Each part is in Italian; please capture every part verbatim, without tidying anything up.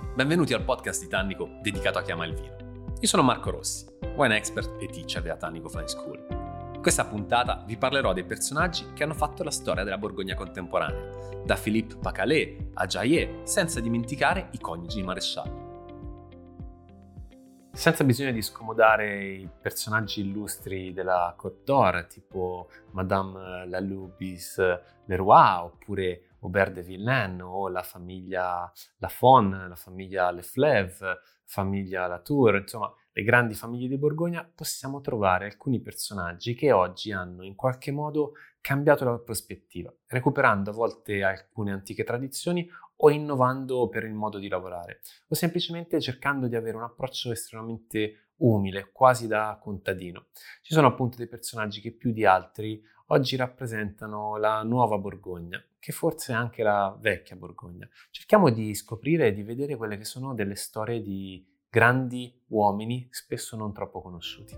Benvenuti al podcast di Tannico dedicato a chi ama il vino. Io sono Marco Rossi, wine expert e teacher della Tannico Flying School. In questa puntata vi parlerò dei personaggi che hanno fatto la storia della Borgogna contemporanea, da Philippe Pacalet a Jayer, senza dimenticare i coniugi marescialli. Senza bisogno di scomodare i personaggi illustri della Côte d'Or, tipo Madame Lalubis Leroy, oppure Aubert de Villaine, o la famiglia Lafon, la famiglia Leflèvre, famiglia Latour, insomma, le grandi famiglie di Borgogna, possiamo trovare alcuni personaggi che oggi hanno in qualche modo cambiato la prospettiva, recuperando a volte alcune antiche tradizioni o innovando per il modo di lavorare, o semplicemente cercando di avere un approccio estremamente umile, quasi da contadino. Ci sono appunto dei personaggi che più di altri oggi rappresentano la nuova Borgogna, che forse è anche la vecchia Borgogna. Cerchiamo di scoprire e di vedere quelle che sono delle storie di grandi uomini, spesso non troppo conosciuti.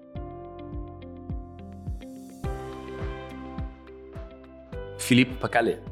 Philippe Pacalet.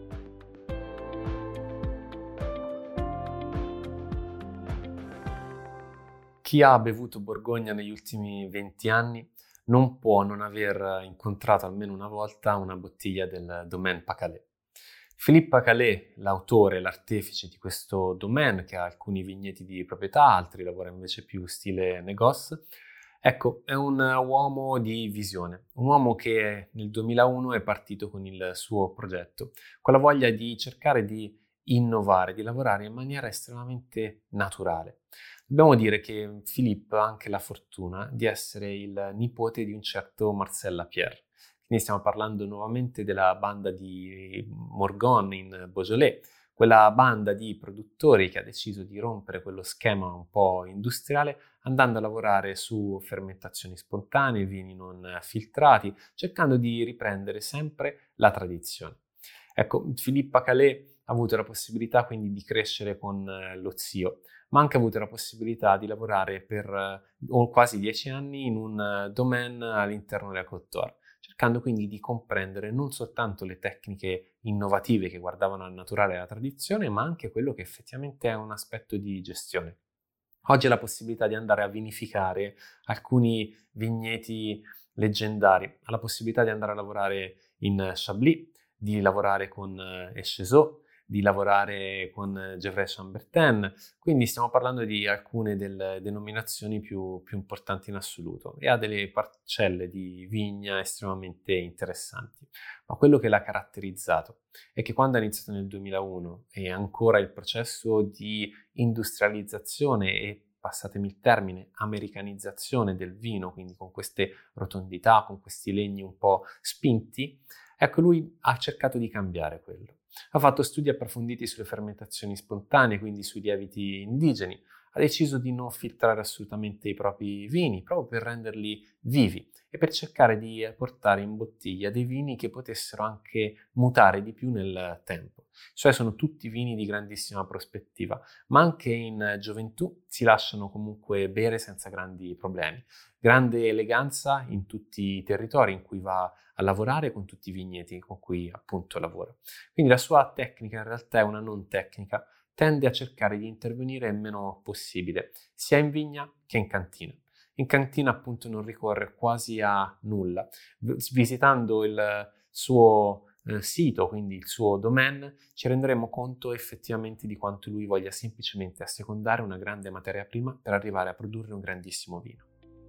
Chi ha bevuto Borgogna negli ultimi venti anni non può non aver incontrato almeno una volta una bottiglia del Domaine Pacalet. Philippe Pacalet, l'autore, l'artefice di questo domaine, che ha alcuni vigneti di proprietà, altri lavora invece più stile négoce, ecco, è un uomo di visione, un uomo che nel duemilauno è partito con il suo progetto, con la voglia di cercare di innovare, di lavorare in maniera estremamente naturale. Dobbiamo dire che Philippe ha anche la fortuna di essere il nipote di un certo Marcel Lapierre. Quindi stiamo parlando nuovamente della banda di Morgon in Beaujolais, quella banda di produttori che ha deciso di rompere quello schema un po' industriale andando a lavorare su fermentazioni spontanee, vini non filtrati, cercando di riprendere sempre la tradizione. Ecco, Philippe Pacalet ha avuto la possibilità quindi di crescere con lo zio, ma ha anche avuto la possibilità di lavorare per uh, quasi dieci anni in un uh, domaine all'interno della Côte d'Or, cercando quindi di comprendere non soltanto le tecniche innovative che guardavano al naturale e alla tradizione, ma anche quello che effettivamente è un aspetto di gestione. Oggi ha la possibilità di andare a vinificare alcuni vigneti leggendari, ha la possibilità di andare a lavorare in Chablis, di lavorare con uh, Echezot, di lavorare con Gevrey-Chambertin, quindi stiamo parlando di alcune delle denominazioni più, più importanti in assoluto e ha delle parcelle di vigna estremamente interessanti. Ma quello che l'ha caratterizzato è che quando ha iniziato nel duemilauno e ancora il processo di industrializzazione e, passatemi il termine, americanizzazione del vino, quindi con queste rotondità, con questi legni un po' spinti, ecco, lui ha cercato di cambiare quello. Ha fatto studi approfonditi sulle fermentazioni spontanee, quindi sui lieviti indigeni. Ha deciso di non filtrare assolutamente i propri vini, proprio per renderli vivi e per cercare di portare in bottiglia dei vini che potessero anche mutare di più nel tempo. Cioè sono tutti vini di grandissima prospettiva, ma anche in gioventù si lasciano comunque bere senza grandi problemi. Grande eleganza in tutti i territori in cui va a lavorare, con tutti i vigneti con cui appunto lavora. Quindi la sua tecnica in realtà è una non tecnica, tende a cercare di intervenire il meno possibile, sia in vigna che in cantina. In cantina appunto non ricorre quasi a nulla. Visitando il suo eh, sito, quindi il suo domaine, ci renderemo conto effettivamente di quanto lui voglia semplicemente assecondare una grande materia prima per arrivare a produrre un grandissimo vino.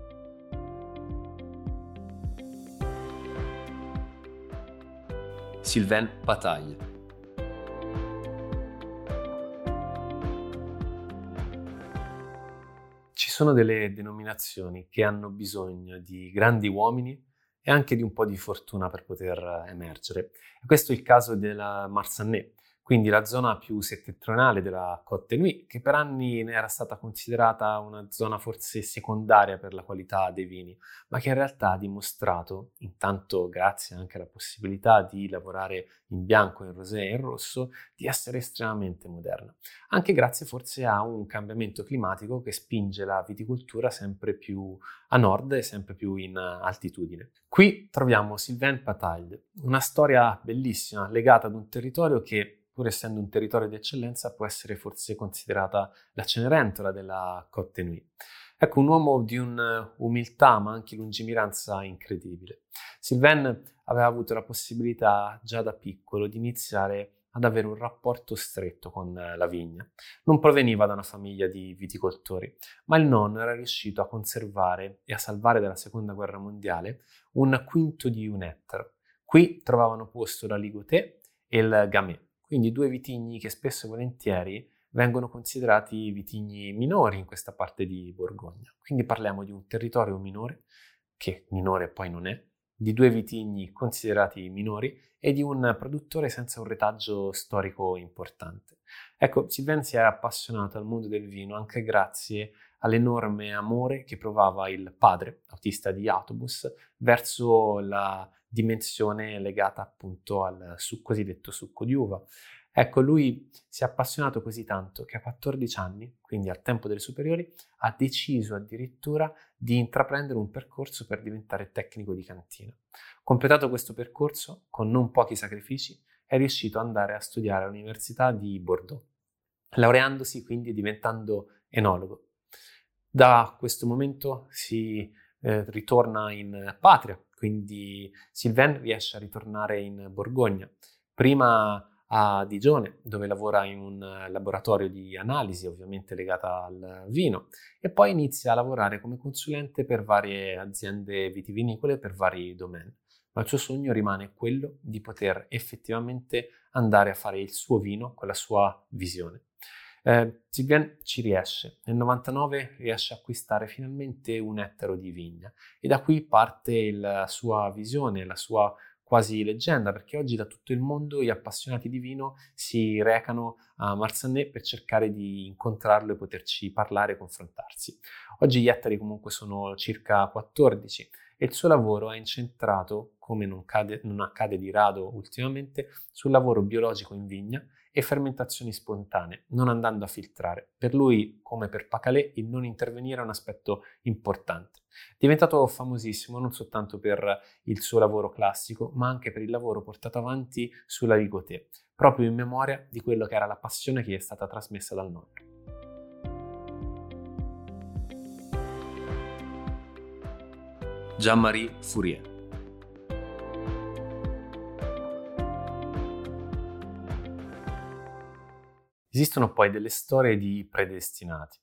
Sylvain Pataille. Ci sono delle denominazioni che hanno bisogno di grandi uomini e anche di un po' di fortuna per poter emergere. E questo è il caso della Marsanne, quindi la zona più settentrionale della Côte de Nuits, che per anni ne era stata considerata una zona forse secondaria per la qualità dei vini, ma che in realtà ha dimostrato, intanto grazie anche alla possibilità di lavorare in bianco, in rosé e in rosso, di essere estremamente moderna. Anche grazie forse a un cambiamento climatico che spinge la viticoltura sempre più a nord e sempre più in altitudine. Qui troviamo Sylvain Pataille, una storia bellissima legata ad un territorio che pur essendo un territorio di eccellenza, può essere forse considerata la Cenerentola della Côte Nuit. Ecco, un uomo di un'umiltà ma anche lungimiranza incredibile. Sylvain aveva avuto la possibilità già da piccolo di iniziare ad avere un rapporto stretto con la vigna. Non proveniva da una famiglia di viticoltori, ma il nonno era riuscito a conservare e a salvare dalla seconda guerra mondiale un quinto di un ettaro. Qui trovavano posto la Ligotè e il Gamay, quindi due vitigni che spesso e volentieri vengono considerati vitigni minori in questa parte di Borgogna. Quindi parliamo di un territorio minore, che minore poi non è, di due vitigni considerati minori e di un produttore senza un retaggio storico importante. Ecco, Sylvain si è appassionato al mondo del vino anche grazie all'enorme amore che provava il padre, autista di autobus, verso la dimensione legata appunto al su- cosiddetto succo di uva. Ecco, lui si è appassionato così tanto che a quattordici anni, quindi al tempo delle superiori, ha deciso addirittura di intraprendere un percorso per diventare tecnico di cantina. Completato questo percorso, con non pochi sacrifici, è riuscito ad andare a studiare all'Università di Bordeaux, laureandosi quindi e diventando enologo. Da questo momento si eh, ritorna in patria, quindi Sylvain riesce a ritornare in Borgogna. Prima a Digione, dove lavora in un laboratorio di analisi, ovviamente legata al vino, e poi inizia a lavorare come consulente per varie aziende vitivinicole, per vari domain. Ma il suo sogno rimane quello di poter effettivamente andare a fare il suo vino con la sua visione. Eh, Sylvain ci riesce. Nel novantanove riesce a acquistare finalmente un ettaro di vigna e da qui parte la sua visione, la sua quasi leggenda, perché oggi da tutto il mondo gli appassionati di vino si recano a Marsannay per cercare di incontrarlo e poterci parlare e confrontarsi. Oggi gli ettari comunque sono circa quattordici e il suo lavoro è incentrato, come non, cade, non accade di rado ultimamente, sul lavoro biologico in vigna e fermentazioni spontanee, non andando a filtrare. Per lui, come per Pacalé, il non intervenire è un aspetto importante. È diventato famosissimo non soltanto per il suo lavoro classico, ma anche per il lavoro portato avanti sulla Ligotè, proprio in memoria di quello che era la passione che gli è stata trasmessa dal nonno. Jean-Marie Fourier. Esistono poi delle storie di predestinati.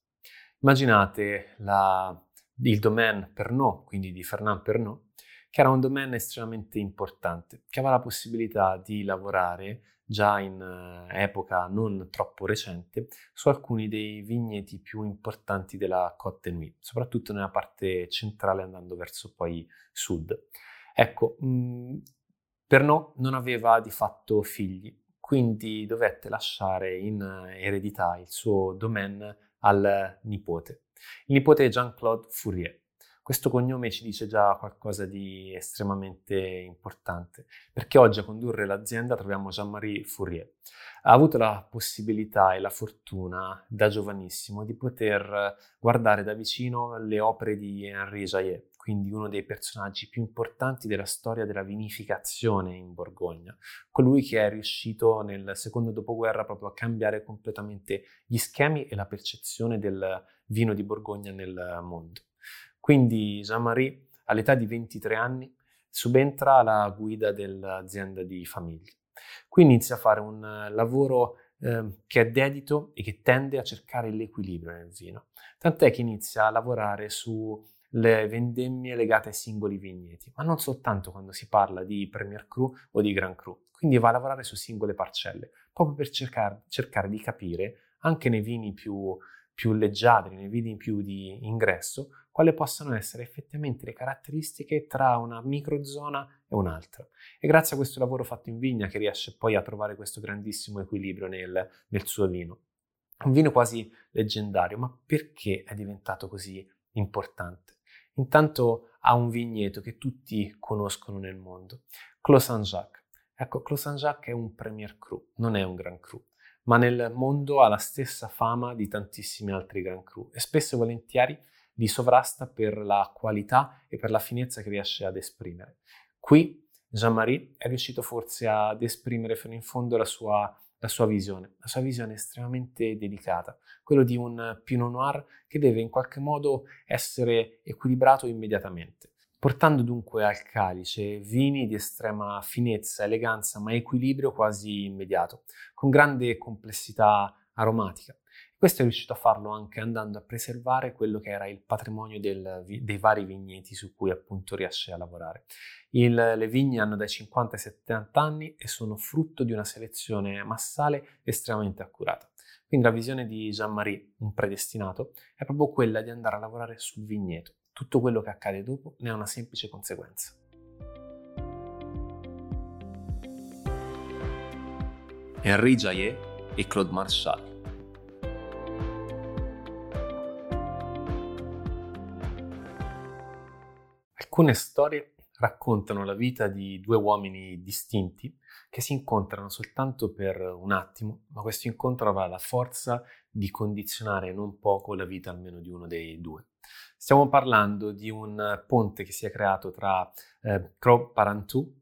Immaginate la, il domaine Pernod, quindi di Fernand Pernod, che era un domaine estremamente importante, che aveva la possibilità di lavorare già in uh, epoca non troppo recente su alcuni dei vigneti più importanti della Côte Nuit, soprattutto nella parte centrale andando verso poi sud. Ecco, mh, Pernod non aveva di fatto figli, quindi dovette lasciare in eredità il suo domaine al nipote. Il nipote è Jean-Claude Fourier. Questo cognome ci dice già qualcosa di estremamente importante, perché oggi a condurre l'azienda troviamo Jean-Marie Fourier. Ha avuto la possibilità e la fortuna da giovanissimo di poter guardare da vicino le opere di Henri Jayer, quindi uno dei personaggi più importanti della storia della vinificazione in Borgogna, colui che è riuscito nel secondo dopoguerra proprio a cambiare completamente gli schemi e la percezione del vino di Borgogna nel mondo. Quindi Jean-Marie, all'età di ventitré anni, subentra alla guida dell'azienda di famiglia. Qui inizia a fare un lavoro eh, che è dedito e che tende a cercare l'equilibrio nel vino, tant'è che inizia a lavorare su le vendemmie legate ai singoli vigneti, ma non soltanto quando si parla di Premier Cru o di Grand Cru. Quindi va a lavorare su singole parcelle, proprio per cercare, cercare di capire, anche nei vini più, più leggiadri, nei vini più di ingresso, quali possano essere effettivamente le caratteristiche tra una microzona e un'altra. E grazie a questo lavoro fatto in vigna che riesce poi a trovare questo grandissimo equilibrio nel, nel suo vino. Un vino quasi leggendario, ma perché è diventato così importante? Intanto ha un vigneto che tutti conoscono nel mondo, Clos Saint-Jacques. Ecco, Clos Saint-Jacques è un Premier Cru, non è un Grand Cru, ma nel mondo ha la stessa fama di tantissimi altri Grand Cru e spesso e volentieri li sovrasta per la qualità e per la finezza che riesce ad esprimere. Qui Jean-Marie è riuscito forse ad esprimere fino in fondo la sua, la sua visione, la sua visione estremamente delicata, quello di un Pinot Noir che deve in qualche modo essere equilibrato immediatamente, portando dunque al calice vini di estrema finezza, eleganza, ma equilibrio quasi immediato, con grande complessità aromatica. Questo è riuscito a farlo anche andando a preservare quello che era il patrimonio del, dei vari vigneti su cui appunto riesce a lavorare. Il, le vigne hanno dai cinquanta ai settanta anni e sono frutto di una selezione massale estremamente accurata. Quindi la visione di Jean-Marie, un predestinato, è proprio quella di andare a lavorare sul vigneto. Tutto quello che accade dopo ne è una semplice conseguenza. Henri Jayer e Claude Marchal. Alcune storie raccontano la vita di due uomini distinti che si incontrano soltanto per un attimo, ma questo incontro avrà la forza di condizionare non poco la vita almeno di uno dei due. Stiamo parlando di un ponte che si è creato tra eh, Creux-Parentout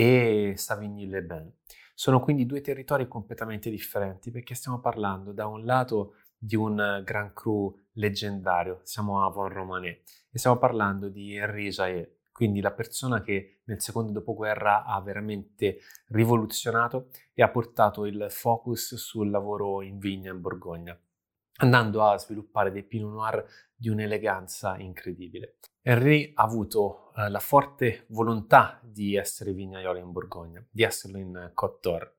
e Savigny-les-Bains. Sono quindi due territori completamente differenti perché stiamo parlando da un lato di un Grand Cru leggendario, siamo a Vosne-Romanée, e stiamo parlando di Henri Jayer, quindi la persona che nel secondo dopoguerra ha veramente rivoluzionato e ha portato il focus sul lavoro in vigna in Borgogna, andando a sviluppare dei Pinot Noir di un'eleganza incredibile. Henri ha avuto eh, la forte volontà di essere vignaiolo in Borgogna, di esserlo in Côte d'Or.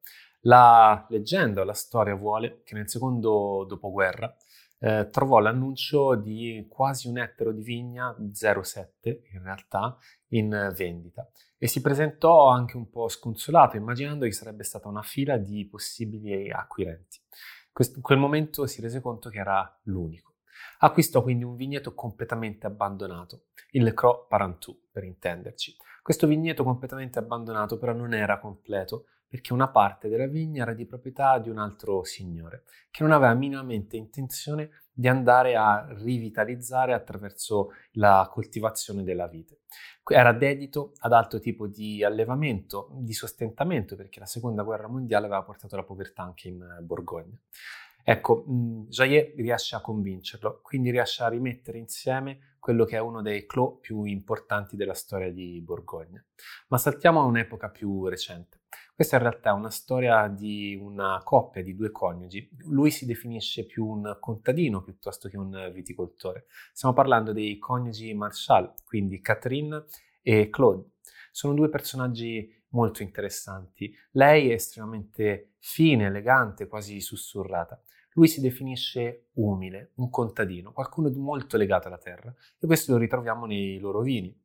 La leggenda, la storia vuole che nel secondo dopoguerra eh, trovò l'annuncio di quasi un ettaro di vigna, zero virgola sette in realtà, in vendita e si presentò anche un po' sconsolato, immaginando che sarebbe stata una fila di possibili acquirenti. In quel momento si rese conto che era l'unico. Acquistò quindi un vigneto completamente abbandonato, il Creux-Parentout per intenderci. Questo vigneto completamente abbandonato però non era completo perché una parte della vigna era di proprietà di un altro signore che non aveva minimamente intenzione di andare a rivitalizzare attraverso la coltivazione della vite. Era dedito ad altro tipo di allevamento, di sostentamento, perché la seconda guerra mondiale aveva portato alla povertà anche in Borgogna. Ecco, Jayer riesce a convincerlo, quindi riesce a rimettere insieme quello che è uno dei clos più importanti della storia di Borgogna. Ma saltiamo a un'epoca più recente. Questa in realtà è una storia di una coppia di due coniugi. Lui si definisce più un contadino piuttosto che un viticoltore. Stiamo parlando dei coniugi Marchal, quindi Catherine e Claude. Sono due personaggi molto interessanti. Lei è estremamente fine, elegante, quasi sussurrata. Lui si definisce umile, un contadino, qualcuno di molto legato alla terra, e questo lo ritroviamo nei loro vini.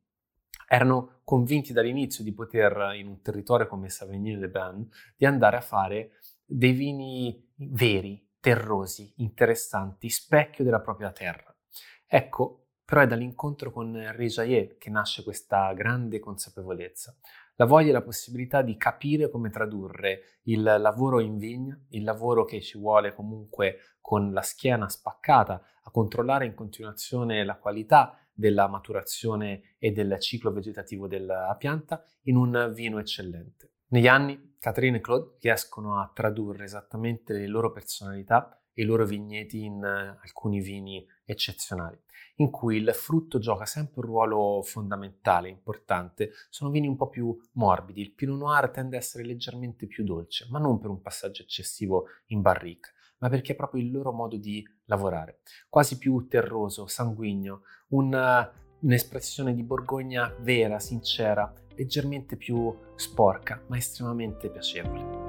Erano convinti dall'inizio di poter, in un territorio come Savigny-les-Bains, di andare a fare dei vini veri, terrosi, interessanti, specchio della propria terra. Ecco, però è dall'incontro con Henri Jayer che nasce questa grande consapevolezza. La voglia e la possibilità di capire come tradurre il lavoro in vigna, il lavoro che ci vuole comunque con la schiena spaccata a controllare in continuazione la qualità della maturazione e del ciclo vegetativo della pianta in un vino eccellente. Negli anni Catherine e Claude riescono a tradurre esattamente le loro personalità e i loro vigneti in alcuni vini eccezionali, in cui il frutto gioca sempre un ruolo fondamentale, importante. Sono vini un po' più morbidi. Il Pinot Noir tende a essere leggermente più dolce, ma non per un passaggio eccessivo in barrique, ma perché è proprio il loro modo di lavorare. Quasi più terroso, sanguigno, un, un'espressione di Borgogna vera, sincera, leggermente più sporca, ma estremamente piacevole.